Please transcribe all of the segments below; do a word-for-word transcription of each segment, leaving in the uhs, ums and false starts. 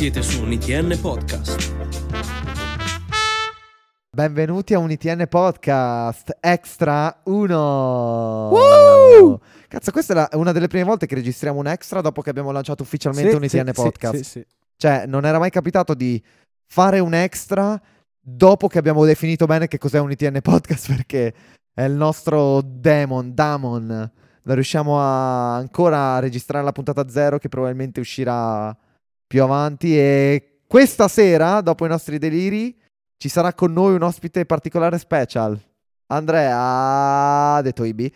Siete su un I T N Podcast. Benvenuti a un I T N Podcast Extra uno. Woo! Cazzo, questa è la- una delle prime volte che registriamo un extra dopo che abbiamo lanciato ufficialmente Sì, un I T N sì, Podcast. sì, sì, sì. Cioè, non era mai capitato di fare un extra dopo che abbiamo definito bene che cos'è un I T N Podcast, perché è il nostro demon, Damon. Non riusciamo a ancora a registrare la puntata zero, che probabilmente uscirà più avanti. E questa sera, dopo i nostri deliri, ci sarà con noi un ospite particolare special. Andrea, detto Ibi,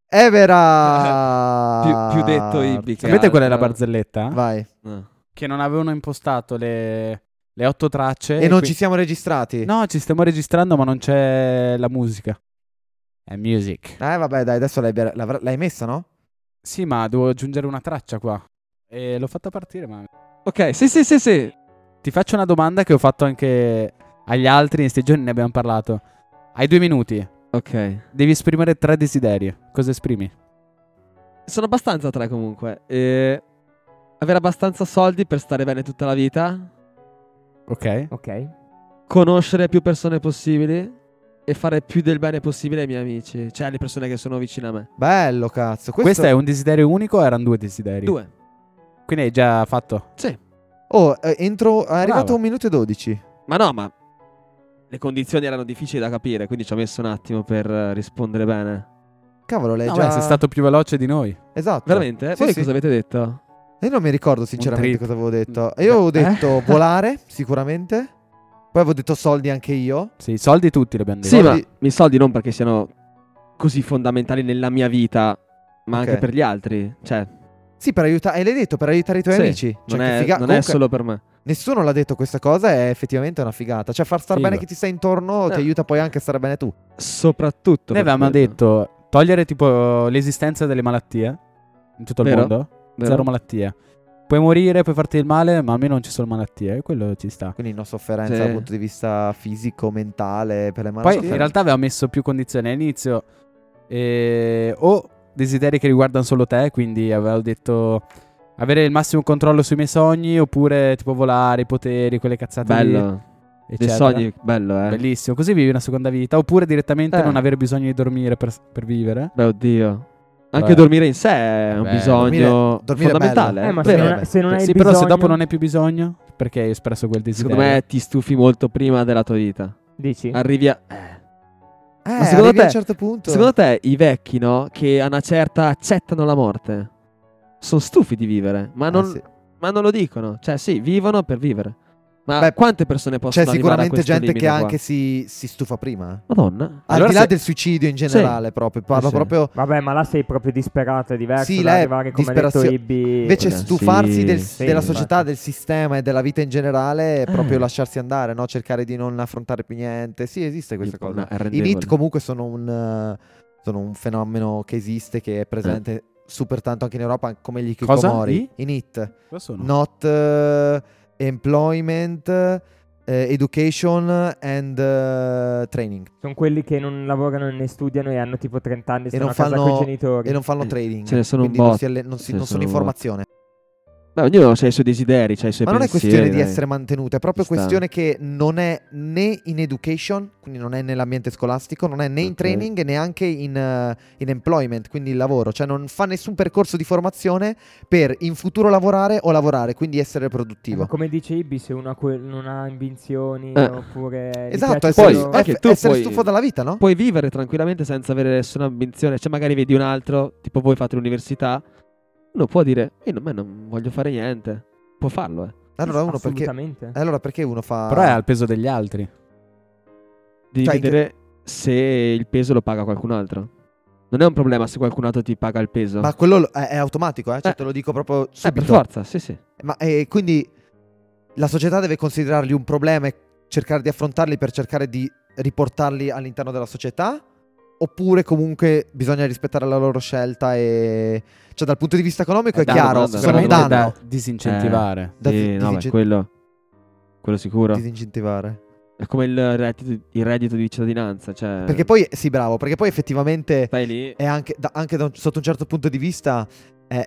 Evera. più, più detto Ibi che Sapete qual è la altro. barzelletta? Vai. No. Che non avevano impostato le, le otto tracce. E non qui- ci siamo registrati. No, ci stiamo registrando, ma non c'è la musica. È music. Eh vabbè, dai, adesso l'hai, l'avr- l'hai messa, no? Sì, ma devo aggiungere una traccia qua. E l'ho fatta partire, ma... Ok, sì, sì, sì, sì. Ti faccio una domanda che ho fatto anche agli altri, in sti giorni ne abbiamo parlato. Hai due minuti. Ok. Devi esprimere tre desideri. Cosa esprimi? Sono abbastanza tre comunque. E... Avere abbastanza soldi per stare bene tutta la vita. Ok. Ok. Conoscere più persone possibili. E fare più del bene possibile ai miei amici. Cioè alle persone che sono vicine a me. Bello, cazzo. Questo, Questo è un desiderio unico o erano due desideri? Due. Quindi hai già fatto? Sì. Oh, eh, entro... È arrivato Bravo. un minuto e dodici. Ma no, ma... Le condizioni erano difficili da capire. Quindi ci ho messo un attimo per eh, rispondere bene. Cavolo, lei No, già... beh, sei stato più veloce di noi. Esatto. Veramente? Sì, Voi sì. cosa avete detto? Io non mi ricordo sinceramente trip. cosa avevo detto. Io avevo Eh? detto volare, sicuramente. Poi avevo detto soldi anche io. Sì, i soldi tutti li abbiamo detto. Sì, Soldi- ma i soldi non perché siano così fondamentali nella mia vita, ma Ok. anche per gli altri. Cioè, Sì, per aiutare... E l'hai detto, per aiutare i tuoi sì, amici. Cioè, non, che è, figa- non è comunque, solo per me. nessuno l'ha detto questa cosa, è effettivamente una figata. Cioè, far star Figo. bene chi ti sta intorno ti Eh. aiuta poi anche a stare bene tu. Soprattutto. Noi per avevamo quello. detto togliere tipo l'esistenza delle malattie in tutto il Vero, mondo. vero. Zero malattie. Puoi morire, puoi farti il male, ma almeno non ci sono malattie. E quello ci sta. Quindi non sofferenza Sì. dal punto di vista fisico, mentale, per le Poi malattie. in realtà aveva messo più condizioni all'inizio. eh, o desideri che riguardano solo te, quindi avevo detto avere il massimo controllo sui miei sogni, oppure tipo volare, i poteri, quelle cazzate lì, Bello. Dei eccetera. sogni, bello, eh. Bellissimo, così vivi una seconda vita. Oppure direttamente Eh. non avere bisogno di dormire per, per vivere. Beh, oddio. Anche Beh. dormire in sé è un Beh, bisogno dormire- dormire è fondamentale. bello. Eh, ma Beh, se beh, non, beh. se non hai Sì, bisogno... però se dopo non hai più bisogno, perché hai espresso quel desiderio? Secondo me ti stufi molto prima della tua vita. Dici? Arrivi a... Eh. Eh, Ma secondo arrivi a te- un certo punto. Secondo te i vecchi, no? Che a una certa accettano la morte, sono stufi di vivere, ma Eh, non, sì. ma non lo dicono. Cioè sì, vivono per vivere. Ma Beh, quante persone possono C'è arrivare a sicuramente questo gente limite che qua? anche si, si stufa prima. eh. Madonna. Al Allora di là se- del suicidio in generale, proprio. Parlo Eh, sì. proprio. Vabbè, ma là sei proprio disperato, è diverso Sì, da là è arrivare, come ha detto disperazio- Ibi. Invece Vabbè, stufarsi sì, del- sì, della infatti. società, del sistema e della vita in generale è proprio Eh. lasciarsi andare, no? Cercare di non affrontare più niente. Sì, esiste questa Tipo, cosa. no, è I N I arrendevole. T comunque sono un, eh, sono un fenomeno che esiste, che è presente super tanto anche in Europa, come gli Cosa? hikikomori. I? I N I T. Cosa sono? Not eh, employment, eh, education and eh, training. Sono quelli che non lavorano né studiano e hanno tipo trenta anni e stanno non a casa fanno- con i genitori. E non fanno Eh, trading. ce ne sono un quindi non, botto. si alle- non, si- Ce ne non sono sono in un botto. formazione. Beh, ognuno ha i suoi desideri, ha i suoi Ma non è pensieri. questione di dai. essere mantenuta, è proprio Ci sta. questione che non è né in education, quindi non è nell'ambiente scolastico, non è né in Ok. training e neanche in, eh, in employment, quindi il lavoro. Cioè non fa nessun percorso di formazione per in futuro lavorare o lavorare, quindi essere Eh, ma produttivo. come dice Ibi, se uno ha que- non ha ambizioni Eh. oppure... gli Esatto, piace essere, Poi, solo- anche eff- tu essere puoi- stufo dalla vita, no? Puoi vivere tranquillamente senza avere nessuna ambizione. Cioè magari vedi un altro, tipo voi fate l'università, uno può dire, io non, me non voglio fare niente. Può farlo, eh. Allora uno perché, Assolutamente. allora perché uno fa... Però è al peso degli altri. Devi Cioè, in che- vedere se il peso lo paga qualcun altro. Non è un problema se qualcun altro ti paga il peso. Ma quello lo- è, è automatico, eh? Cioè Eh. te lo dico proprio eh, subito. per forza, sì, sì. Ma eh, quindi la società deve considerarli un problema e cercare di affrontarli per cercare di riportarli all'interno della società? Oppure comunque bisogna rispettare la loro scelta e... Cioè dal punto di vista economico È è, danno, chiaro, danno, sono un Sicuramente danno. da disincentivare. Da Sì, di- no, beh, disince- quello, quello sicuro. Disincentivare. È come il reddito, il reddito di cittadinanza, cioè... Perché poi, sì bravo, perché poi effettivamente Stai lì... è anche, da, anche da un- sotto un certo punto di vista è, è-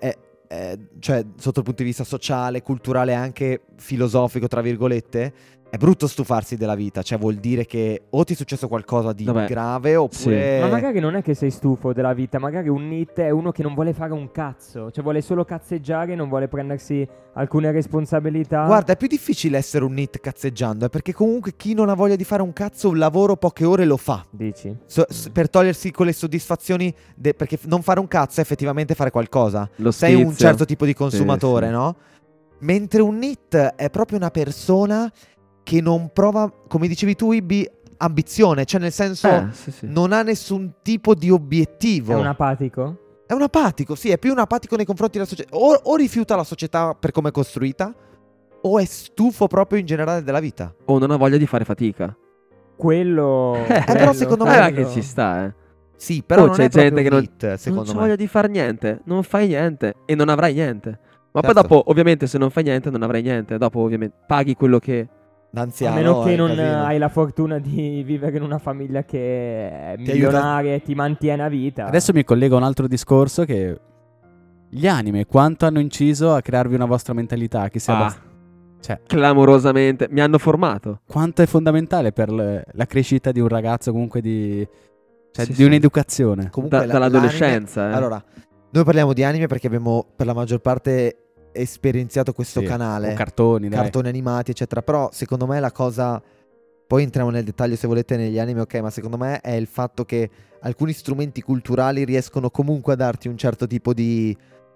eh, cioè sotto il punto di vista sociale, culturale e anche filosofico, tra virgolette, è brutto stufarsi della vita. Cioè vuol dire che o ti è successo qualcosa di Vabbè, grave oppure... Ma magari non è che sei stufo della vita, magari un nit è uno che non vuole fare un cazzo, cioè vuole solo cazzeggiare, non vuole prendersi alcune responsabilità. Guarda, è più difficile essere un nit cazzeggiando, eh, perché comunque chi non ha voglia di fare un cazzo, un lavoro poche ore lo fa. Dici? So- s- per togliersi quelle soddisfazioni, de- perché f- non fare un cazzo è effettivamente fare qualcosa. Lo Sei un sfizio. certo tipo di consumatore, sì. no? Mentre un nit è proprio una persona che non prova, come dicevi tu, Ibi, ambizione. Cioè nel senso, Eh, sì, sì. non ha nessun tipo di obiettivo. È un apatico? È un apatico, sì, è più un apatico nei confronti della società. O, o rifiuta la società per come è costruita, o è stufo proprio in generale della vita. O non ha voglia di fare fatica. Quello... Eh, però quello, secondo me- Eh, ma quello. che ci sta, eh. Sì, però Oh, non c'è è proprio gente che un non- nit, Non secondo c'ha me. voglia di fare niente. Non fai niente. E non avrai niente. Ma poi Certo. dopo, ovviamente, se non fai niente, non avrai niente. Dopo, ovviamente, paghi quello che... Da A anziano, meno che è non casino. hai la fortuna di vivere in una famiglia che è Ti aiuta- milionaria e ti mantiene a vita. Adesso mi collego a un altro discorso che gli anime quanto hanno inciso a crearvi una vostra mentalità che sia Ah. abbast- cioè Clamorosamente. Mi hanno formato. quanto è fondamentale per le- la crescita di un ragazzo, comunque di cioè Sì, di sì. un'educazione. Comunque Da- la- dall'adolescenza, l'anime- eh. Allora, noi parliamo di anime perché abbiamo per la maggior parte esperienziato questo Sì, canale, o cartoni, dai. cartoni animati, eccetera. Però secondo me la cosa, poi entriamo nel dettaglio se volete negli anime, ok, ma secondo me è il fatto che alcuni strumenti culturali riescono comunque a darti un certo tipo di,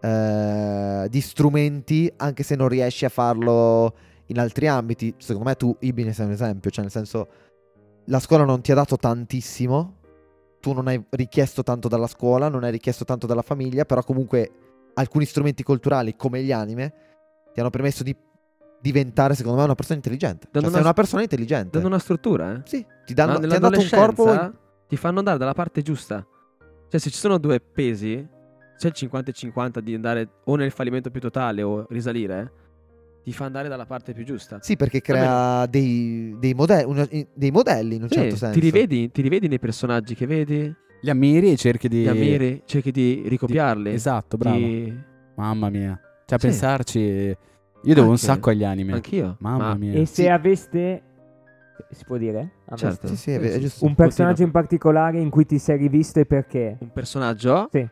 eh, di strumenti, anche se non riesci a farlo in altri ambiti. Secondo me tu, Ibi, ne sei un esempio, cioè nel senso, la scuola non ti ha dato tantissimo, tu non hai richiesto tanto dalla scuola, non hai richiesto tanto dalla famiglia, però comunque alcuni strumenti culturali come gli anime ti hanno permesso di diventare, secondo me, una persona intelligente. Cioè, Danno sei una- una persona intelligente. Danno una struttura, eh. Sì, ti, danno, Ma ti hanno dato un corpo. nell'adolescenza ti fanno andare dalla parte giusta. Cioè, se ci sono due pesi, c'è il cinquanta e cinquanta di andare o nel fallimento più totale o risalire, ti fa andare dalla parte più giusta. Sì, perché crea dei, dei, mode- una- dei modelli in un Sì, certo senso. ti rivedi, ti rivedi nei personaggi che vedi, Li ammiri e cerchi di li ammiri, cerchi di ricopiarli. Esatto, bravo. di- Mamma mia. Cioè, a Sì. pensarci, io devo un Anche- sacco agli anime. Anch'io. Mamma Ma- mia. E se Sì. aveste... Si può dire? Aveste Certo. Sì, sì, è, è giusto. un personaggio in particolare in cui ti sei rivisto e perché? Un personaggio, Sì.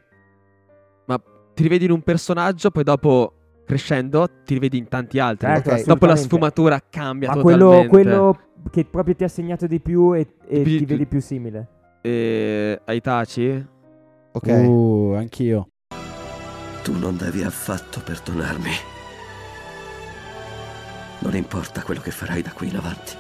ti rivedi in un personaggio, poi dopo crescendo ti rivedi in tanti altri. Certo, ok. Dopo la assolutamente. sfumatura cambia Ma totalmente. quello, quello che proprio ti ha segnato di più e, e Più- ti vedi più simile. E Aitachi, Ok. Uh, anch'io. Tu non devi affatto perdonarmi. Non importa quello che farai da qui in avanti.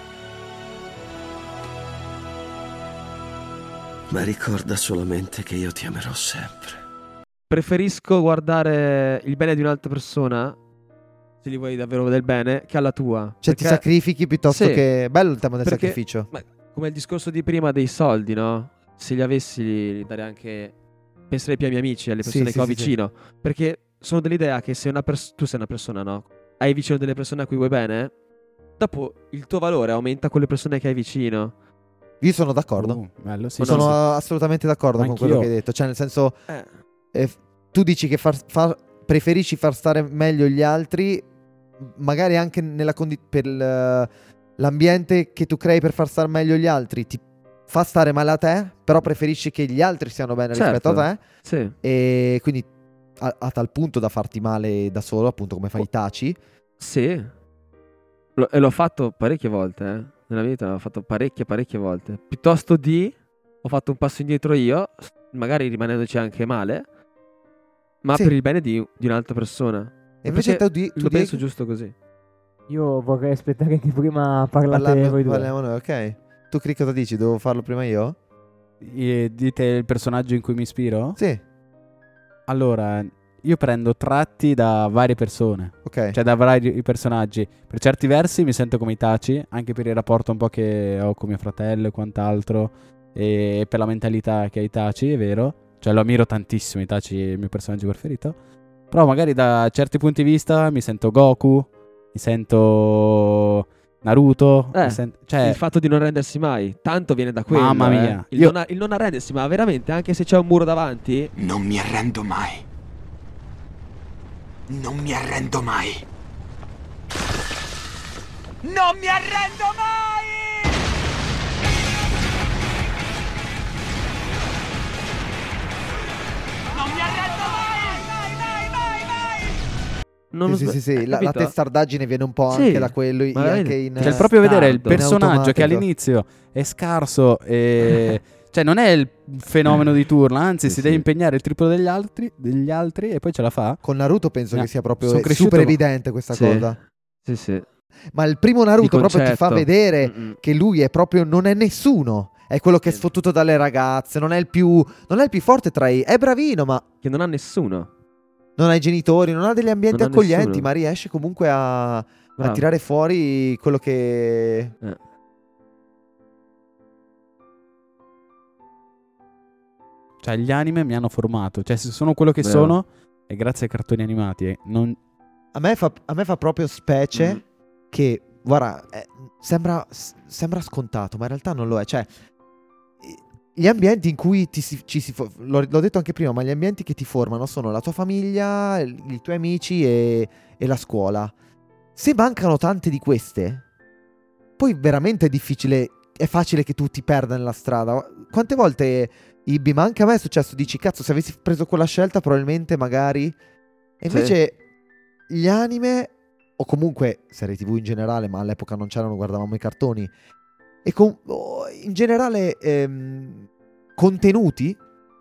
Ma ricorda solamente che io ti amerò sempre. preferisco guardare il bene di un'altra persona, se gli vuoi davvero del bene, che alla tua. Cioè ti Perché- sacrifichi piuttosto Sì. che... Bello il tema del Perché- sacrificio. Ma come il discorso di prima dei soldi, no? Se li avessi li darei anche... Penserei più ai miei amici, alle Sì, persone sì, che ho sì, sì. vicino. Perché sono dell'idea che se una pers- tu sei una persona, no? Hai vicino delle persone a cui vuoi bene, dopo il tuo valore aumenta con le persone che hai vicino. Io sono d'accordo. Uh, bello, sì, Ma sì, sono sì. assolutamente d'accordo con Anch'io. quello che hai detto. Cioè nel senso, Eh, eh, f- tu dici che far, far- preferisci far stare meglio gli altri, magari anche nella condi- per il- l'ambiente che tu crei per far stare meglio gli altri ti fa stare male a te, però preferisci che gli altri stiano bene Certo. rispetto a te, sì. e quindi a, a tal punto da farti male da solo, appunto come fai Oh. Itachi. Sì. Lo- e l'ho fatto parecchie volte, eh. Nella mia vita l'ho fatto parecchie, parecchie volte. Piuttosto di... Ho fatto un passo indietro io, s- magari rimanendoci anche male, ma Sì. per il bene di, di un'altra persona. E invece Perché tu, di- tu Lo penso Diego? giusto così. Io vorrei aspettare che prima parlate Parliamo- voi due. parliamo noi, ok. Tu Cri, cosa dici? Devo farlo prima io? E dite il personaggio in cui mi ispiro? Sì, Allora, io prendo tratti da varie persone, ok. cioè da vari personaggi. Per certi versi mi sento come Itachi, anche per il rapporto un po' che ho con mio fratello e quant'altro, e per la mentalità che ha Itachi, è vero. Cioè lo ammiro tantissimo, Itachi è il mio personaggio preferito. Però magari da certi punti di vista mi sento Goku, mi sento Naruto, Eh, mi sen- cioè Il fatto di non rendersi mai, tanto viene da quello. Mamma eh. mia. Il, Io- non, il non arrendersi, ma veramente, anche se c'è un muro davanti, Non mi arrendo mai. Non mi arrendo mai. Non mi arrendo mai! Non mi arrendo mai! Mai, mai, mai, mai! Non Sì, lo sì, so- sì, sì, la, la capito? testardaggine viene un po' Sì, anche da quello, ma anche vedi, in... Cioè, il proprio vedere il tardo. personaggio che In automatico. all'inizio è scarso e... cioè, non è il fenomeno di turno, anzi, Sì, si sì. deve impegnare il triplo degli altri, degli altri e poi ce la fa. Con Naruto penso No, che sia proprio sono è cresciuto, super ma- evidente questa Sì. cosa. Sì, sì. Ma il primo Naruto Di proprio ti fa concetto. vedere Mm-mm. che lui è proprio non è nessuno. È quello che è Sì. sfottuto dalle ragazze, non è il più non è il più forte tra i... È bravino, ma Che non ha nessuno. non ha i genitori, non ha degli ambienti Non ha accoglienti, nessuno. ma riesce comunque a, a Bravo. tirare fuori quello che... Eh. Cioè, gli anime mi hanno formato. Cioè, se sono quello che Vero. sono è grazie ai cartoni animati. eh. Non... A me fa, a me fa proprio specie Mm. che, guarda, eh, sembra, s- sembra scontato, ma in realtà non lo è. Cioè, i- gli ambienti in cui ti si, ci si... fo- L'ho, l'ho detto anche prima, ma gli ambienti che ti formano sono la tua famiglia, il- i tuoi amici e, e la scuola. Se mancano tante di queste, poi veramente è difficile, è facile che tu ti perda nella strada. Quante volte, Ibi, ma anche a me è successo, dici, cazzo, se avessi preso quella scelta probabilmente magari... E Sì. invece gli anime, o comunque serie tv in generale, ma all'epoca non c'erano, guardavamo i cartoni, e com- oh, in generale ehm, contenuti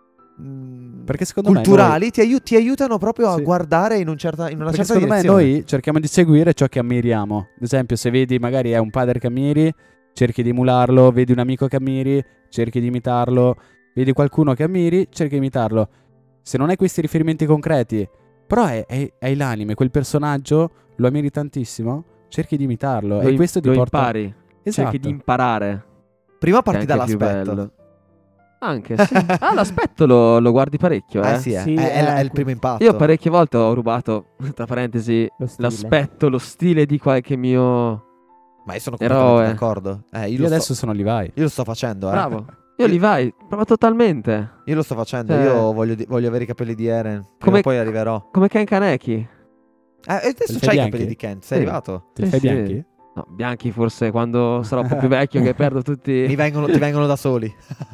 mm, Perché secondo me culturali ti, aiu- ti aiutano proprio a Sì. guardare in, un certa, in una Perché certa secondo me direzione. noi cerchiamo di seguire ciò che ammiriamo. Ad esempio, se vedi magari è un padre che ammiri, cerchi di emularlo, vedi un amico che ammiri, cerchi di imitarlo, vedi qualcuno che ammiri, cerchi di imitarlo. Se non hai questi riferimenti concreti, però hai, hai- hai l'anime, quel personaggio, lo ammiri tantissimo, cerchi di imitarlo Lo, e questo ti lo porta... impari. Esatto. Cerchi di imparare. Prima che è parti anche più dall'aspetto. bello. Anche, sì. Ah, l'aspetto lo, lo guardi parecchio, eh. Eh sì, eh. Sì, è, è- è il ecco. primo impatto. Io parecchie volte ho rubato, tra parentesi, Lo stile. l'aspetto, lo stile di qualche mio... Ma io sono completamente Eroe. d'accordo. Eh, io, Io lo adesso sto, sono Levi. io lo sto facendo, eh. Bravo. Io li vai, proprio totalmente. Io lo sto facendo. Cioè- Io voglio, di- voglio avere i capelli di Eren. Prima Come- o poi arriverò. Come Ken Kaneki. Eh, e adesso Li c'hai fai i bianchi? capelli di Kent. Sei Sì. arrivato? Te li Sì, fai sì. bianchi? No, bianchi forse quando sarò un po' più vecchio che perdo tutti... Mi vengono, ti vengono da soli.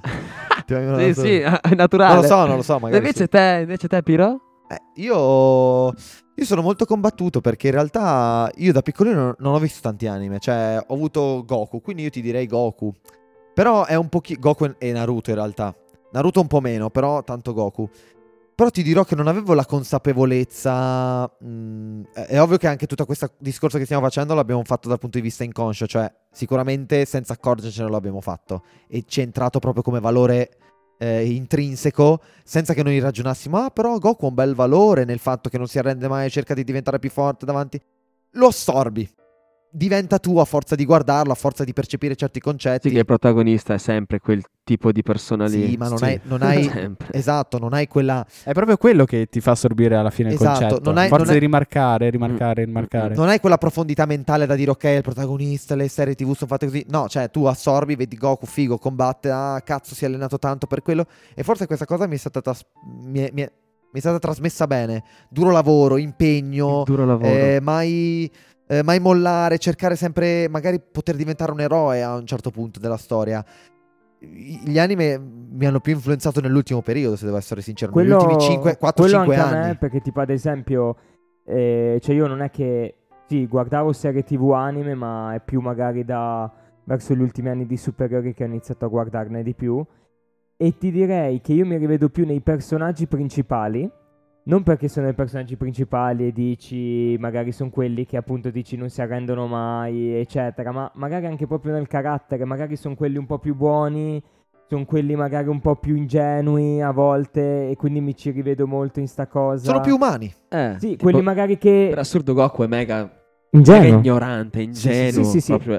Ti vengono Sì, da soli. sì, è naturale. Non lo so, non lo so. Magari Invece sì. te, invece te, Piro? Eh, io, io sono molto combattuto perché in realtà io da piccolino non, non ho visto tanti anime. Cioè, ho avuto Goku, quindi io ti direi Goku. Però è un pochino... Goku e Naruto in realtà. Naruto un po' meno, però tanto Goku. Però ti dirò che non avevo la consapevolezza. mh, è, è ovvio che anche tutto questo discorso che stiamo facendo l'abbiamo fatto dal punto di vista inconscio. Cioè, sicuramente senza accorgercene lo abbiamo fatto. E ci è entrato proprio come valore eh, intrinseco, senza che noi ragionassimo. Ah, però Goku ha un bel valore nel fatto che non si arrende mai, cerca di diventare più forte davanti. Lo assorbi. Diventa tu a forza di guardarlo, a forza di percepire certi concetti. Sì, che il protagonista è sempre quel tipo di persona lì. Sì, ma non Sì. hai, non hai Sempre. esatto, non hai quella. È proprio quello che ti fa assorbire alla fine Esatto, il concetto. non hai- Forza non hai- di rimarcare, rimarcare, rimarcare. Non hai quella profondità mentale da dire ok, il protagonista, le serie tv sono fatte così. No, cioè tu assorbi, vedi Goku, figo, combatte, ah cazzo si è allenato tanto per quello. E forse questa cosa mi è stata, tras- mi è, mi è- mi è stata trasmessa bene. Duro lavoro, impegno, Il duro lavoro. eh, mai, eh, mai mollare, cercare sempre, magari poter diventare un eroe a un certo punto della storia. I- Gli anime mi hanno più influenzato nell'ultimo periodo, se devo essere sincero. Negli Quello, ultimi cinque, quattro quello cinque anche a anni. me, perché tipo ad esempio, eh, cioè io non è che, sì, guardavo serie tv anime, ma è più magari da verso gli ultimi anni di superiori che ho iniziato a guardarne di più. E ti direi che io mi rivedo più nei personaggi principali. Non perché sono i personaggi principali e dici, magari sono quelli che appunto dici non si arrendono mai, eccetera, ma magari anche proprio nel carattere, magari sono quelli un po' più buoni, sono quelli magari un po' più ingenui a volte e quindi mi ci rivedo molto in sta cosa. Sono più umani. Eh, Sì, tipo, quelli magari che... Per assurdo Goku è mega, mega Ingenuo. ignorante, ingenuo. sì, sì, sì. Proprio.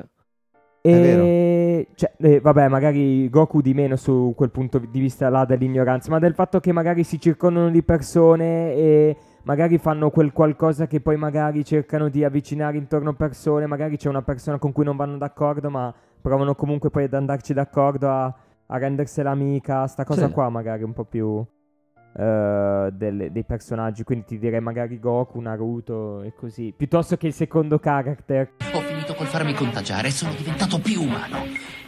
E cioè, eh, vabbè, magari Goku di meno su quel punto di vista là dell'ignoranza, ma del fatto che magari si circondano di persone e magari fanno quel qualcosa che poi magari cercano di avvicinare intorno a persone, magari c'è una persona con cui non vanno d'accordo, ma provano comunque poi ad andarci d'accordo a, a rendersela amica, sta cosa Sì. qua magari un po' più... eh, delle- dei personaggi, quindi ti direi magari Goku, Naruto e così, piuttosto che il secondo character. Ho finito col farmi contagiare e sono diventato più umano.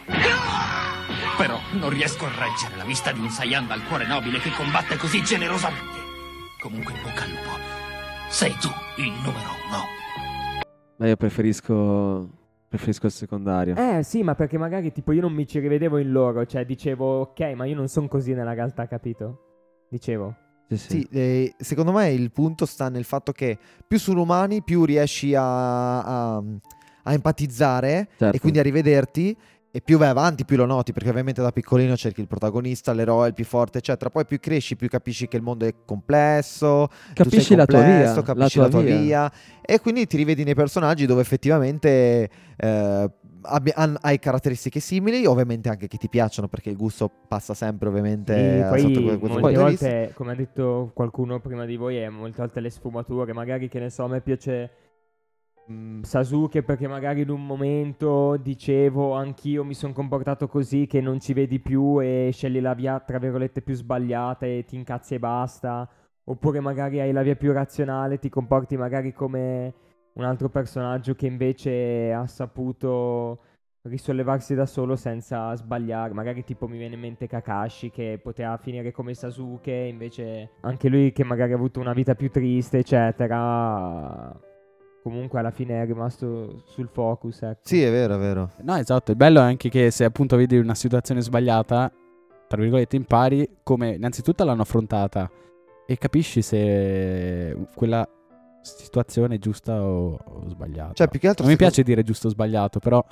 Però non riesco a reggere la vista di un Saiyan dal cuore nobile che combatte così generosamente. Comunque, in bocca al lupo. Sei tu il numero uno. Ma io preferisco preferisco il secondario. Eh sì, ma perché magari tipo io non mi ci rivedevo in loro, cioè dicevo ok, ma io non sono così nella realtà, capito? Dicevo. Sì, sì. Sì, eh, secondo me il punto sta nel fatto che più sono umani, più riesci a, a, a empatizzare Certo. e quindi a rivederti. E più vai avanti, più lo noti, perché ovviamente da piccolino cerchi il protagonista, l'eroe, il più forte, eccetera. Poi più cresci, più capisci che il mondo è complesso, tu Capisci sei la tua complesso, via, capisci la la tua tua, via. via. E quindi ti rivedi nei personaggi dove effettivamente eh, abbi- han- hai caratteristiche simili, ovviamente anche che ti piacciono, perché il gusto passa sempre ovviamente Sì, eh, poi sotto que- questo molte punto di vista. volte, come ha detto qualcuno prima di voi, è molte volte le sfumature, magari che ne so, a me piace mm, Sasuke perché magari in un momento dicevo anch'io mi sono comportato così che non ci vedi più e scegli la via tra virgolette più sbagliata e ti incazzi e basta, oppure magari hai la via più razionale, ti comporti magari come un altro personaggio che invece ha saputo risollevarsi da solo senza sbagliare. Magari tipo mi viene in mente Kakashi che poteva finire come Sasuke, invece anche lui che magari ha avuto una vita più triste eccetera, comunque alla fine è rimasto sul focus, ecco. Sì, è vero, è vero. No, esatto. Il bello è anche che se appunto vedi una situazione sbagliata, tra virgolette, impari come innanzitutto l'hanno affrontata e capisci se quella situazione è giusta o, o sbagliata. Cioè, più che altro non mi secondo- piace dire giusto o sbagliato, però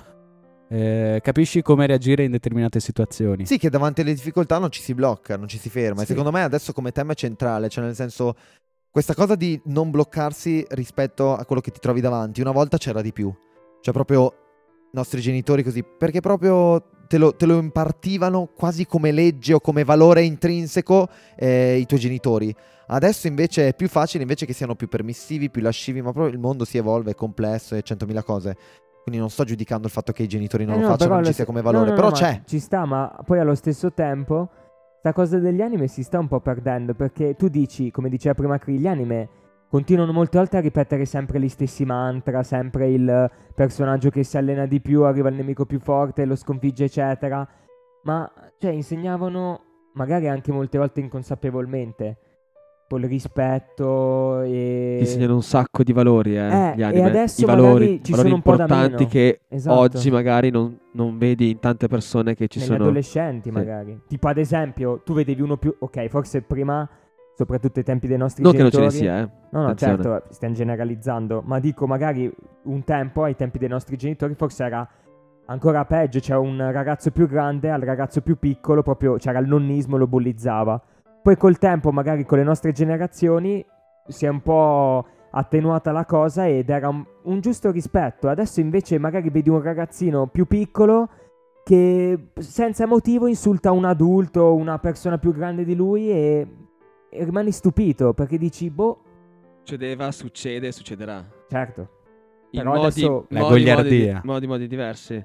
eh, capisci come reagire in determinate situazioni. Sì, che davanti alle difficoltà non ci si blocca, non ci si ferma. E Sì. secondo me adesso come tema è centrale, cioè nel senso, questa cosa di non bloccarsi rispetto a quello che ti trovi davanti, una volta c'era di più. Cioè proprio i nostri genitori così, perché proprio te lo, te lo impartivano quasi come legge o come valore intrinseco eh, i tuoi genitori. Adesso invece è più facile, invece che siano più permissivi, più lascivi, ma proprio il mondo si evolve, è complesso e centomila cose. Quindi non sto giudicando il fatto che i genitori non Eh lo no, facciano, però non ci allo sia st- come no, valore, no, però no, ma c'è. ci sta, ma poi allo stesso tempo sta cosa degli anime si sta un po' perdendo, perché tu dici, come diceva prima Cri, gli anime continuano molte volte a ripetere sempre gli stessi mantra, sempre il personaggio che si allena di più, arriva il nemico più forte, lo sconfigge eccetera, ma cioè insegnavano magari anche molte volte inconsapevolmente poi il rispetto e... Ti insegnano un sacco di valori, eh, Eh, gli e anime. adesso I magari valori, ci valori sono un po' da importanti meno. che Esatto. oggi magari non, non vedi in tante persone che ci negli sono. adolescenti Sì. magari. Tipo ad esempio, tu vedevi uno più... Ok, forse prima, soprattutto ai tempi dei nostri Non che non genitori... ce ne sia, eh. No, no, Attenzione. certo, stiamo generalizzando. Ma dico, magari un tempo, ai tempi dei nostri genitori, forse era ancora peggio. C'era un ragazzo più grande al ragazzo più piccolo, proprio c'era il nonnismo, lo bullizzava. Poi col tempo, magari con le nostre generazioni, si è un po' attenuata la cosa ed era un, un giusto rispetto. Adesso invece magari vedi un ragazzino più piccolo che senza motivo insulta un adulto, una persona più grande di lui e, e rimani stupito perché dici, boh, Succedeva, succede, succederà. certo. In Però modi, adesso- La modi, modi, goliardia. modi, modi diversi.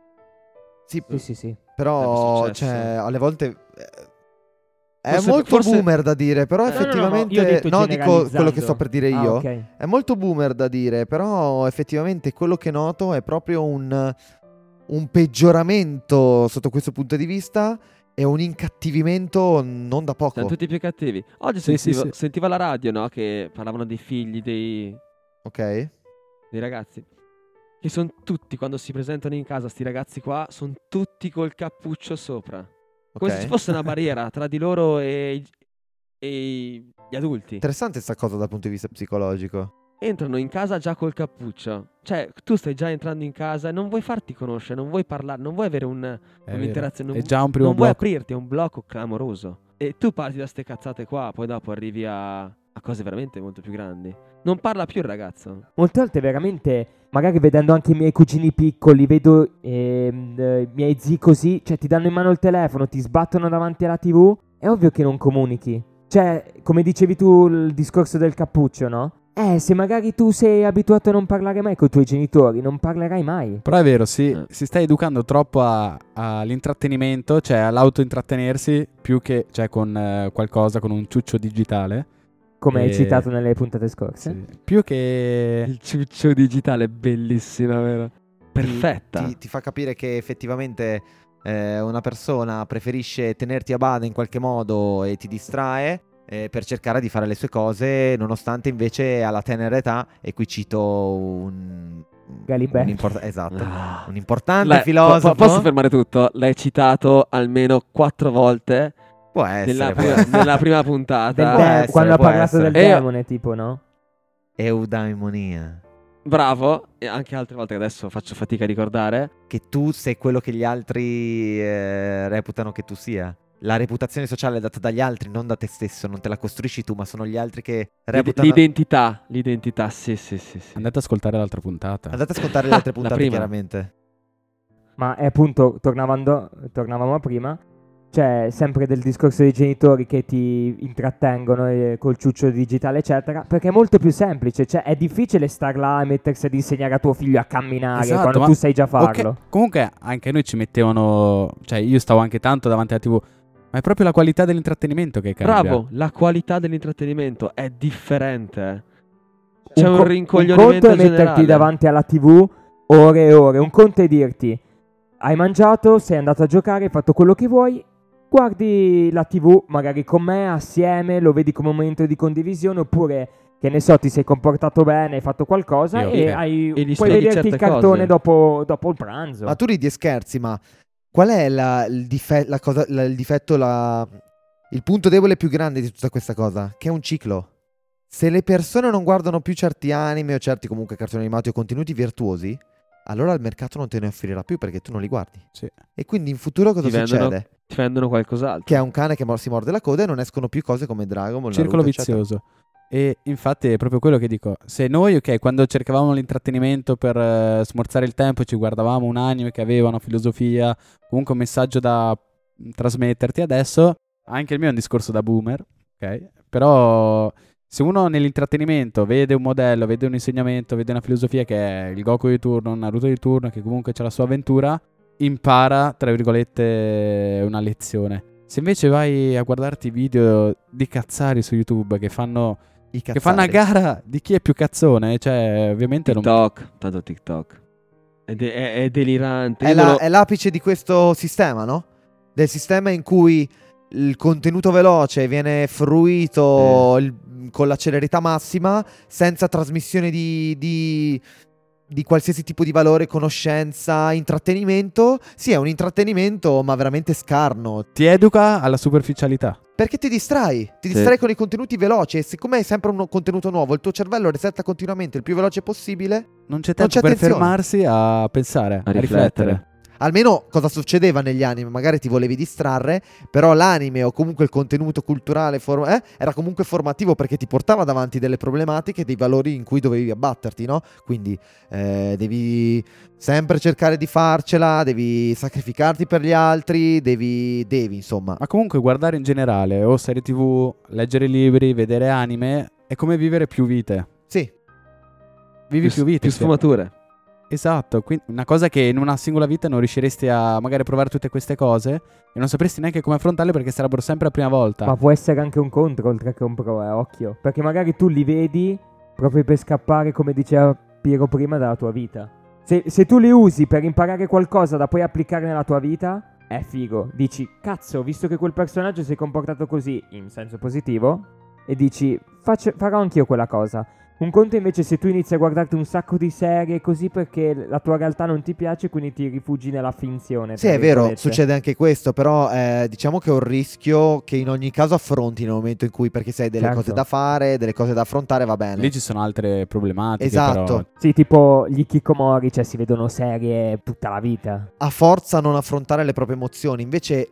Sì, Sì, sì, sì. però Sarebbe successo. cioè, alle volte eh, è Forse- molto forse- boomer da dire, però Eh, no, no, no, effettivamente io ho detto no, dico generalizzando. quello che sto per dire Ah, io. ok. È molto boomer da dire, però effettivamente quello che noto è proprio un, un peggioramento sotto questo punto di vista e un incattivimento non da poco. Siamo tutti più cattivi. Oggi Sì, sì, sentivo, sì. sentivo la radio, no? Che parlavano dei figli dei, Ok? dei ragazzi. Che sono tutti, quando si presentano in casa, sti ragazzi qua, sono tutti col cappuccio sopra. Come Ok. se ci fosse una barriera tra di loro e, i- e gli adulti. Interessante sta cosa dal punto di vista psicologico. Entrano in casa già col cappuccio. Cioè, tu stai già entrando in casa e non vuoi farti conoscere, non vuoi parlare, non vuoi avere un, È vero. un'interazione. È Non, già un primo non vuoi blocco. aprirti, è un blocco clamoroso. E tu parti da ste cazzate qua, poi dopo arrivi a, a cose veramente molto più grandi. Non parla più il ragazzo. Molte volte veramente, magari vedendo anche i miei cugini piccoli, vedo ehm, eh, i miei zii così, cioè ti danno in mano il telefono, ti sbattono davanti alla tivù, è ovvio che non comunichi. Cioè, come dicevi tu il discorso del cappuccio, no? Eh, se magari tu sei abituato a non parlare mai con i tuoi genitori, non parlerai mai. Però è vero, si, Eh. si sta educando troppo a- all'intrattenimento, cioè all'autointrattenersi, più che cioè, con eh, qualcosa, con un ciuccio digitale. Come hai Eh, citato nelle puntate scorse. Sì. Più che... Il ciuccio digitale è bellissima, vero? Perfetta. Ti, ti fa capire che effettivamente eh, una persona preferisce tenerti a bada in qualche modo e ti distrae eh, per cercare di fare le sue cose, nonostante invece alla tenera età, e qui cito un, Galiberto. un import- esatto, Ah. un importante Lei- filosofo. po- posso fermare tutto? L'hai citato almeno quattro volte Può essere, nella, può prima, essere. nella prima Del puntata. Può de- essere, quando ha può parlato essere. del E io- demone, tipo, no? Eudaimonia. Bravo. E anche altre volte che adesso faccio fatica a ricordare. Che tu sei quello che gli altri eh, reputano che tu sia. La reputazione sociale è data dagli altri, non da te stesso. Non te la costruisci tu, ma sono gli altri che L'ide- reputano. L'identità. L'identità, sì, sì, sì. sì. Andate ad ascoltare l'altra puntata. Andate a ascoltare le altre La puntate, prima. chiaramente. Ma è appunto, tornavando, tornavamo a prima, cioè sempre del discorso dei genitori che ti intrattengono eh, col ciuccio digitale, eccetera, perché è molto più semplice, cioè è difficile star là e mettersi ad insegnare a tuo figlio a camminare Esatto, quando ma- tu sai già Ok, farlo. comunque anche noi ci mettevano, cioè io stavo anche tanto davanti alla tivù, ma è proprio la qualità dell'intrattenimento che cambia. Bravo, la qualità dell'intrattenimento è differente. C'è Un un, co- rincoglionimento un conto è metterti generale. davanti alla tivù ore e ore, un conto è dirti hai mangiato, sei andato a giocare, hai fatto quello che vuoi, guardi la tivù magari con me assieme, lo vedi come un momento di condivisione, oppure che ne so, ti sei comportato bene, hai fatto qualcosa Io, e ok. hai, E gli puoi spieghi vederti il certe cartone cose. dopo, dopo il pranzo. Ma tu ridi e scherzi, ma qual è la- il, dife- la cosa, la- il difetto, la- il punto debole più grande di tutta questa cosa? Che è un ciclo. Se le persone non guardano più certi anime o certi comunque cartoni animati o contenuti virtuosi, allora il mercato non te ne offrirà più perché tu non li guardi. Sì. E quindi in futuro cosa Ti vendono- succede? Ti vendono qualcos'altro. Che è un cane che mor- si morde la coda e non escono più cose come Dragon Ball, Circolo Naruto, eccetera. vizioso. E infatti è proprio quello che dico. Se noi, ok, quando cercavamo l'intrattenimento per eh, smorzare il tempo, ci guardavamo un anime che aveva una filosofia, comunque un messaggio da mm, trasmetterti, adesso anche il mio è un discorso da boomer, ok? Però se uno nell'intrattenimento vede un modello, vede un insegnamento, vede una filosofia che è il Goku di turno, un Naruto di turno, che comunque c'è la sua avventura, impara, tra virgolette, una lezione. Se invece vai a guardarti video di cazzari su YouTube che fanno I che fanno a cazzari. gara di chi è più cazzone, cioè ovviamente non... TikTok, tanto TikTok. È, de- è- è delirante. È, Io la- volevo- è l'apice di questo sistema, no? Del sistema in cui il contenuto veloce viene fruito il- con la celerità massima, senza trasmissione di, di, di qualsiasi tipo di valore, conoscenza, intrattenimento. Sì, è un intrattenimento, ma veramente scarno. ti educa alla superficialità. Perché ti distrai, ti Sì. distrai con i contenuti veloci e siccome è sempre un contenuto nuovo, il tuo cervello resetta continuamente il più veloce possibile. Non c'è tempo c'è per attenzione. fermarsi a pensare, a, riflettere. riflettere. Almeno cosa succedeva negli anime, magari ti volevi distrarre, però l'anime o comunque il contenuto culturale for- eh, era comunque formativo perché ti portava davanti delle problematiche, dei valori in cui dovevi abbatterti, no? Quindi eh, devi sempre cercare di farcela, devi sacrificarti per gli altri, devi, devi insomma. Ma comunque guardare in generale, o serie tv, leggere libri, vedere anime, è come vivere più vite. Sì, Vivi più, vite. più cioè. sfumature. Esatto, quindi una cosa che in una singola vita non riusciresti a magari provare tutte queste cose e non sapresti neanche come affrontarle perché sarebbero sempre la prima volta. Ma può essere anche un contro oltre che un pro, eh, occhio. Perché magari tu li vedi proprio per scappare, come diceva Piero prima, dalla tua vita. Se, se tu li usi per imparare qualcosa da poi applicare nella tua vita, è figo. Dici, cazzo, visto che quel personaggio si è comportato così, in senso positivo, e dici, faccio- farò anch'io quella cosa. Un conto invece se tu inizi a guardarti un sacco di serie così perché la tua realtà non ti piace, quindi ti rifugi nella finzione. sì, tra è vero, virgolette. succede anche questo, però eh, diciamo che è un rischio che in ogni caso affronti nel momento in cui, perché sai, delle Certo. cose da fare, delle cose da affrontare, va bene. Lì ci sono altre problematiche. Esatto. Però. Sì, tipo gli Kikomori, cioè si vedono serie tutta la vita. A forza non affrontare le proprie emozioni. Invece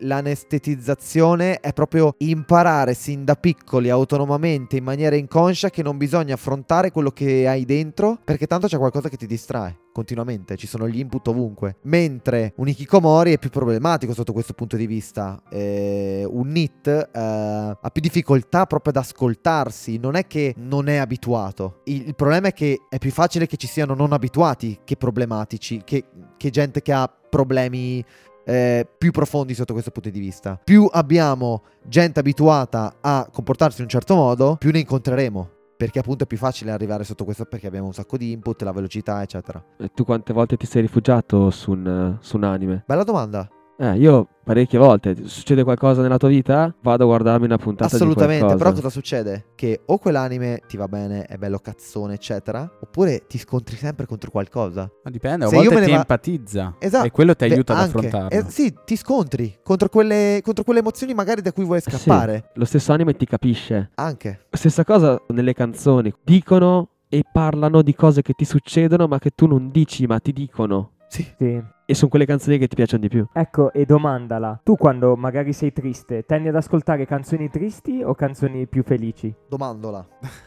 l'anestetizzazione è proprio imparare sin da piccoli autonomamente in maniera inconscia che non bisogna affrontare portare quello che hai dentro, perché tanto c'è qualcosa che ti distrae continuamente, ci sono gli input ovunque. Mentre un hikikomori è più problematico sotto questo punto di vista. Eh, un N I T eh, ha più difficoltà proprio ad ascoltarsi, non è che non è abituato. Il, il problema è che è più facile che ci siano non abituati che problematici, che, che gente che ha problemi eh, più profondi sotto questo punto di vista. Più abbiamo gente abituata a comportarsi in un certo modo, più ne incontreremo. Perché appunto è più facile arrivare sotto questo, perché abbiamo un sacco di input, la velocità, eccetera. E tu quante volte ti sei rifugiato su un, su un anime? Bella domanda. Eh, io parecchie volte. Succede qualcosa nella tua vita? Vado a guardarmi una puntata Assolutamente, di qualcosa. però cosa succede? Che o quell'anime ti va bene, è bello cazzone, eccetera, oppure ti scontri sempre contro qualcosa. Ma dipende, a Se io volte me ne ti va- empatizza. Esatto. E quello ti Beh, aiuta ad anche. affrontarlo. Eh, sì, ti scontri contro quelle, contro quelle emozioni magari da cui vuoi Eh sì, scappare. lo stesso anime ti capisce. Anche. Stessa cosa nelle canzoni. Dicono e parlano di cose che ti succedono ma che tu non dici, ma ti dicono. Sì. Sì. E sono quelle canzoni che ti piacciono di più. Ecco, e domandala. Tu quando magari sei triste, tendi ad ascoltare canzoni tristi o canzoni più felici? Domandola.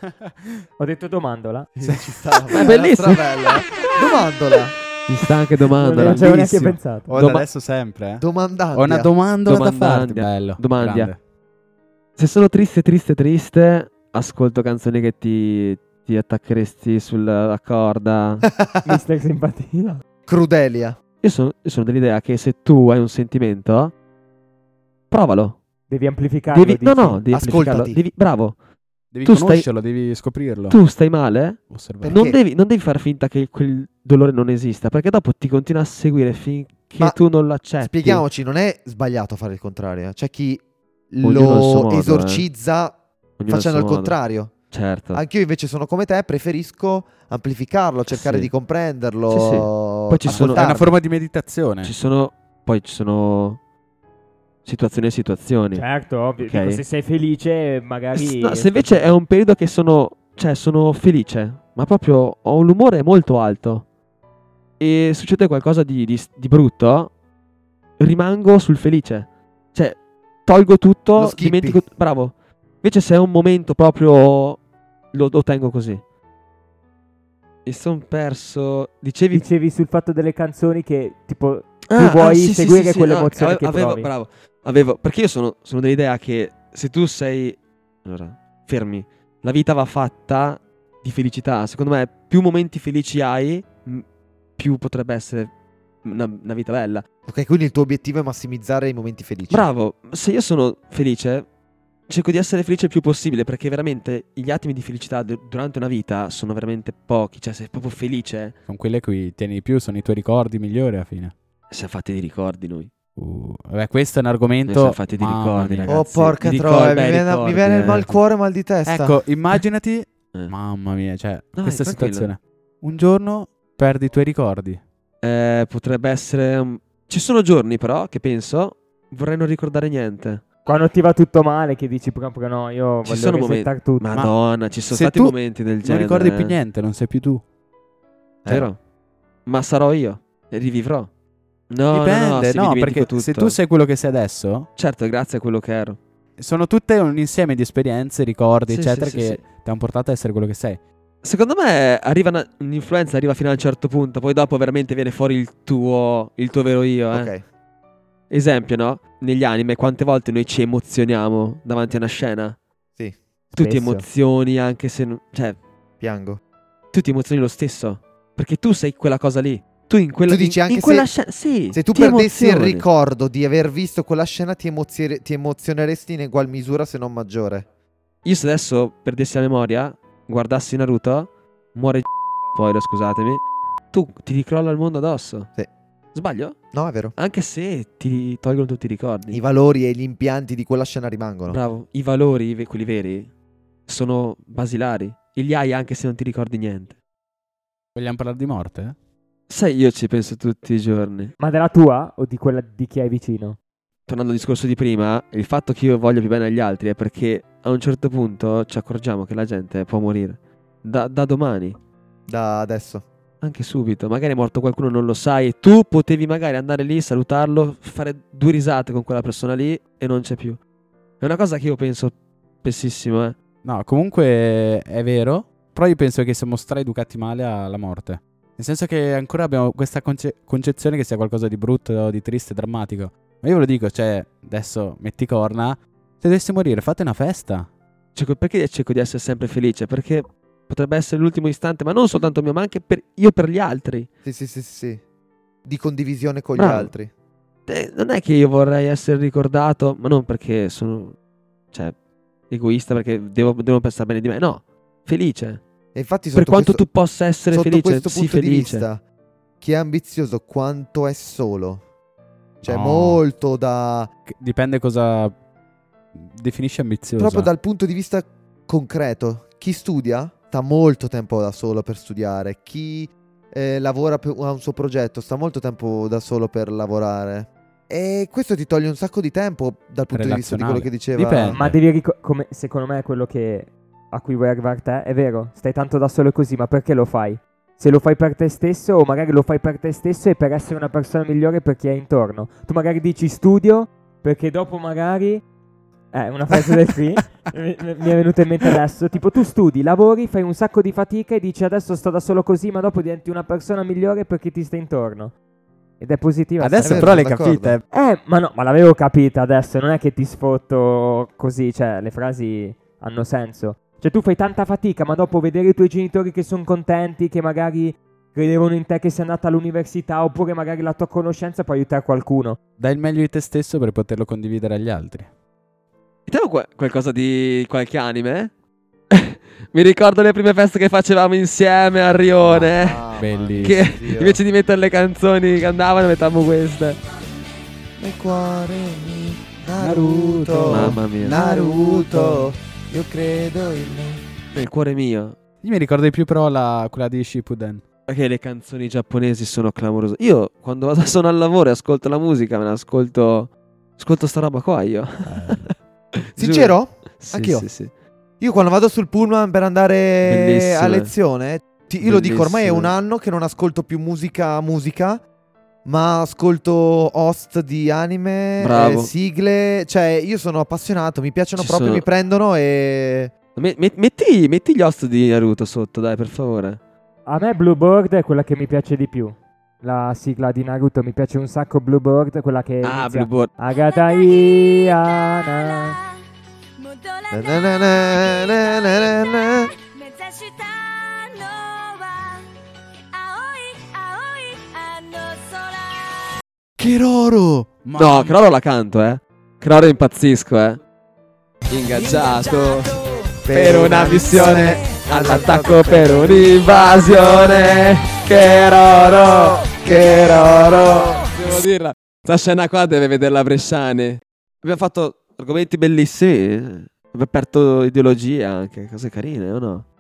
Ho detto domandola? Sì, ci sta. È bellissimo. Bella, eh. Domandola. Ci sta anche Non domanda. ci avevo neanche Bellissimo. pensato. Oh, Doma- adesso sempre. Eh. Domandandia. Ho una domanda da farti. Domandandia. Bello. Domandia. grande. Se sono triste, triste, triste, ascolto canzoni che ti, ti attaccheresti sulla corda. Mister Simpatia. Crudelia. Io sono, io sono dell'idea che se tu hai un sentimento, provalo. Devi amplificarlo, Devi, no, dici? no, devi amplificarlo. Ascoltati. Devi, bravo. Devi Tu stai- conoscerlo, devi scoprirlo. Tu stai male? Osservare. Perché? Non devi, non devi far finta che quel dolore non esista, perché dopo ti continua a seguire finché Ma tu non l'accetti. Spieghiamoci, non è sbagliato fare il contrario. C'è chi Ognuno al suo lo modo, eh. esorcizza Ognuno al facendo suo il modo. contrario. Certo. Anch'io invece sono come te, preferisco amplificarlo, cercare Sì. di comprenderlo. Sì, sì. Poi ci sono- È una ascoltarlo. forma di meditazione. Ci sono, poi ci sono situazioni e situazioni. Certo, ovvio. Ok. Dico, se sei felice, magari... S- no, se invece è un periodo che sono, cioè sono felice, ma proprio ho un umore molto alto e succede qualcosa di, di, di brutto, rimango sul felice. Cioè, tolgo tutto, Lo schippi. dimentico. Bravo. Invece se è un momento proprio lo, lo tengo così. E son perso. Dicevi. Dicevi sul fatto delle canzoni che, tipo, Ah, tu vuoi ah, sì, sì, seguire sì, sì, quell'emozione no, che avevo, provi. Bravo. Avevo, perché io sono, sono dell'idea che se tu sei. Allora, fermi. La vita va fatta di felicità. Secondo me, più momenti felici hai, m- più potrebbe essere una, una vita bella. Ok, quindi il tuo obiettivo è massimizzare i momenti felici. Bravo. Se io sono felice, cerco di essere felice il più possibile, perché veramente gli attimi di felicità du- durante una vita sono veramente pochi. Cioè, sei proprio felice. Con quelle a cui tieni di più, sono i tuoi ricordi migliori alla fine. Siamo fatti di ricordi noi. Uh, vabbè, questo è un Noi argomento. siamo fatti di mamma ricordi, mia. ragazzi. Oh, porca Di troia, ricordi, mi bei viene, ricordi, mi viene il eh. malcuore, mal di testa. Ecco, immaginati. Eh. Mamma mia, cioè, Dai, questa tranquillo. situazione. Un giorno perdi i tuoi ricordi. Eh, potrebbe essere. un- Ci sono giorni, però, che penso vorrei non ricordare niente. Quando ti va tutto male, che dici proprio no, io Ci voglio sono resettare tutto. Madonna, ci sono se stati tu momenti del Non genere. ricordi più eh. niente, non sei più tu. Vero? Ma sarò io. E rivivrò. No, no, Dipende, no, se mi no, dimentico perché tutto. se tu sei quello che sei adesso, Certo, grazie a quello che ero. sono tutte un insieme di esperienze, ricordi, Sì, eccetera, sì, che sì, sì. ti hanno portato a essere quello che sei. Secondo me arriva una- un'influenza arriva fino a un certo punto, poi dopo veramente viene fuori il tuo il tuo vero io, eh. Ok. Esempio, no? Negli anime quante volte noi ci emozioniamo davanti a una scena? Sì, Tu ti Spesso. emozioni anche se non- cioè, piango. tu ti emozioni lo stesso, perché tu sei quella cosa lì. Tu in quella Tu dici in- anche in quella se- scena, sì, Se tu ti perdessi il emozioni. ricordo di aver visto quella scena, ti, emozione- ti emozioneresti in egual misura, se non maggiore. Io se adesso perdessi la memoria, guardassi Naruto, muore spoiler, scusatemi, tu ti ricrolla il mondo addosso. Sì. Sbaglio? No, è vero. Anche se ti tolgono tutti i ricordi. I valori e gli impianti di quella scena rimangono. Bravo, i valori, ve- quelli veri, sono basilari. E li hai anche se non ti ricordi niente. Vogliamo parlare di morte? eh? Sai, io ci penso tutti i giorni. Ma della tua o di quella di chi hai vicino? Tornando al discorso di prima, il fatto che io voglia più bene agli altri è perché a un certo punto ci accorgiamo che la gente può morire. Da, da domani, Da adesso. anche subito. Magari è morto qualcuno, non lo sai. E tu potevi magari andare lì, salutarlo, fare due risate con quella persona lì e non c'è più. È una cosa che io penso spessissimo, eh. No, comunque è vero. però io penso che siamo straeducati male alla morte. Nel senso che ancora abbiamo questa conce- concezione che sia qualcosa di brutto, di triste, drammatico. Ma io ve lo dico, cioè, adesso metti corna, se dovessi morire fate una festa. Cerco- perché cerco di essere sempre felice? Perché potrebbe essere l'ultimo istante, ma non soltanto mio, ma anche per io per gli altri. Sì, sì, sì, sì, sì. Di condivisione con Bravo. gli altri. Eh, non è che io vorrei essere ricordato, ma non perché sono, cioè, egoista, perché devo, devono pensare bene di me. No, felice. E infatti Per sotto quanto questo, tu possa essere sotto felice, questo sii punto di felice. vista, chi è ambizioso quanto è solo. Cioè No. molto da... Che- Dipende cosa definisci ambizioso. Proprio dal punto di vista concreto. Chi studia sta molto tempo da solo per studiare. Chi eh, lavora per, a un suo progetto sta molto tempo da solo per lavorare. E questo ti toglie un sacco di tempo dal punto di vista di quello che diceva. Dipende. Ma devi ricordare, come secondo me è quello che a cui vuoi arrivare te, è vero, stai tanto da solo così, ma perché lo fai? Se lo fai per te stesso, o magari lo fai per te stesso e per essere una persona migliore per chi è intorno. Tu magari dici studio, perché dopo magari... Eh, una frase del qui mi, mi è venuta in mente adesso. Tipo, tu studi, lavori, fai un sacco di fatica e dici adesso sto da solo così, ma dopo diventi una persona migliore per chi ti sta intorno. Ed è positiva. Adesso È però vero, l'hai sono d'accordo. capita. Eh, ma no, ma l'avevo capita adesso, non è che ti sfotto così, cioè le frasi hanno senso. Cioè tu fai tanta fatica, ma dopo vedere i tuoi genitori che sono contenti, che magari credevano in te che sei andata all'università, oppure magari la tua conoscenza può aiutare qualcuno. Dai il meglio di te stesso per poterlo condividere agli altri. Vediamo qua- qualcosa di qualche anime? Mi ricordo le prime feste che facevamo insieme a Rione. Ah, Bellissimo. Che Dio. invece di mettere le canzoni che andavano, mettavamo queste. Nel cuore mi Naruto, Mamma mia. Naruto, io credo in me. Nel cuore mio. Io mi ricordo di più però la, quella di Shippuden. Perché le canzoni giapponesi sono clamorose. Io quando vado sono al lavoro e ascolto la musica, me la ascolto. Ascolto sta roba qua io. Sincero? Sì, Anch'io. Sì, sì. Io quando vado sul pullman per andare Bellissime. a lezione, ti- io lo dico, ormai è un Bellissime. anno che non ascolto più musica musica, ma ascolto host di anime, Bravo. eh, sigle, cioè io sono appassionato, mi piacciono Ci proprio, sono- mi prendono e... Me- me- metti, metti gli host di Naruto sotto, dai, per favore. A me Bluebird è quella che mi piace di più. La sigla di Naruto mi piace un sacco. Bluebird, quella che Ah, inizia Bluebird. Agata Iana. Na na na na na na na. Keroro! No, Croro la canto, eh. Croro impazzisco, eh. Ingaggiato per una missione, all'attacco per un'invasione. Keroro, Keroro. Devo dirla, questa scena qua deve vederla Bresciani. Abbiamo fatto argomenti bellissimi. Abbiamo aperto ideologie anche, cose carine, o no?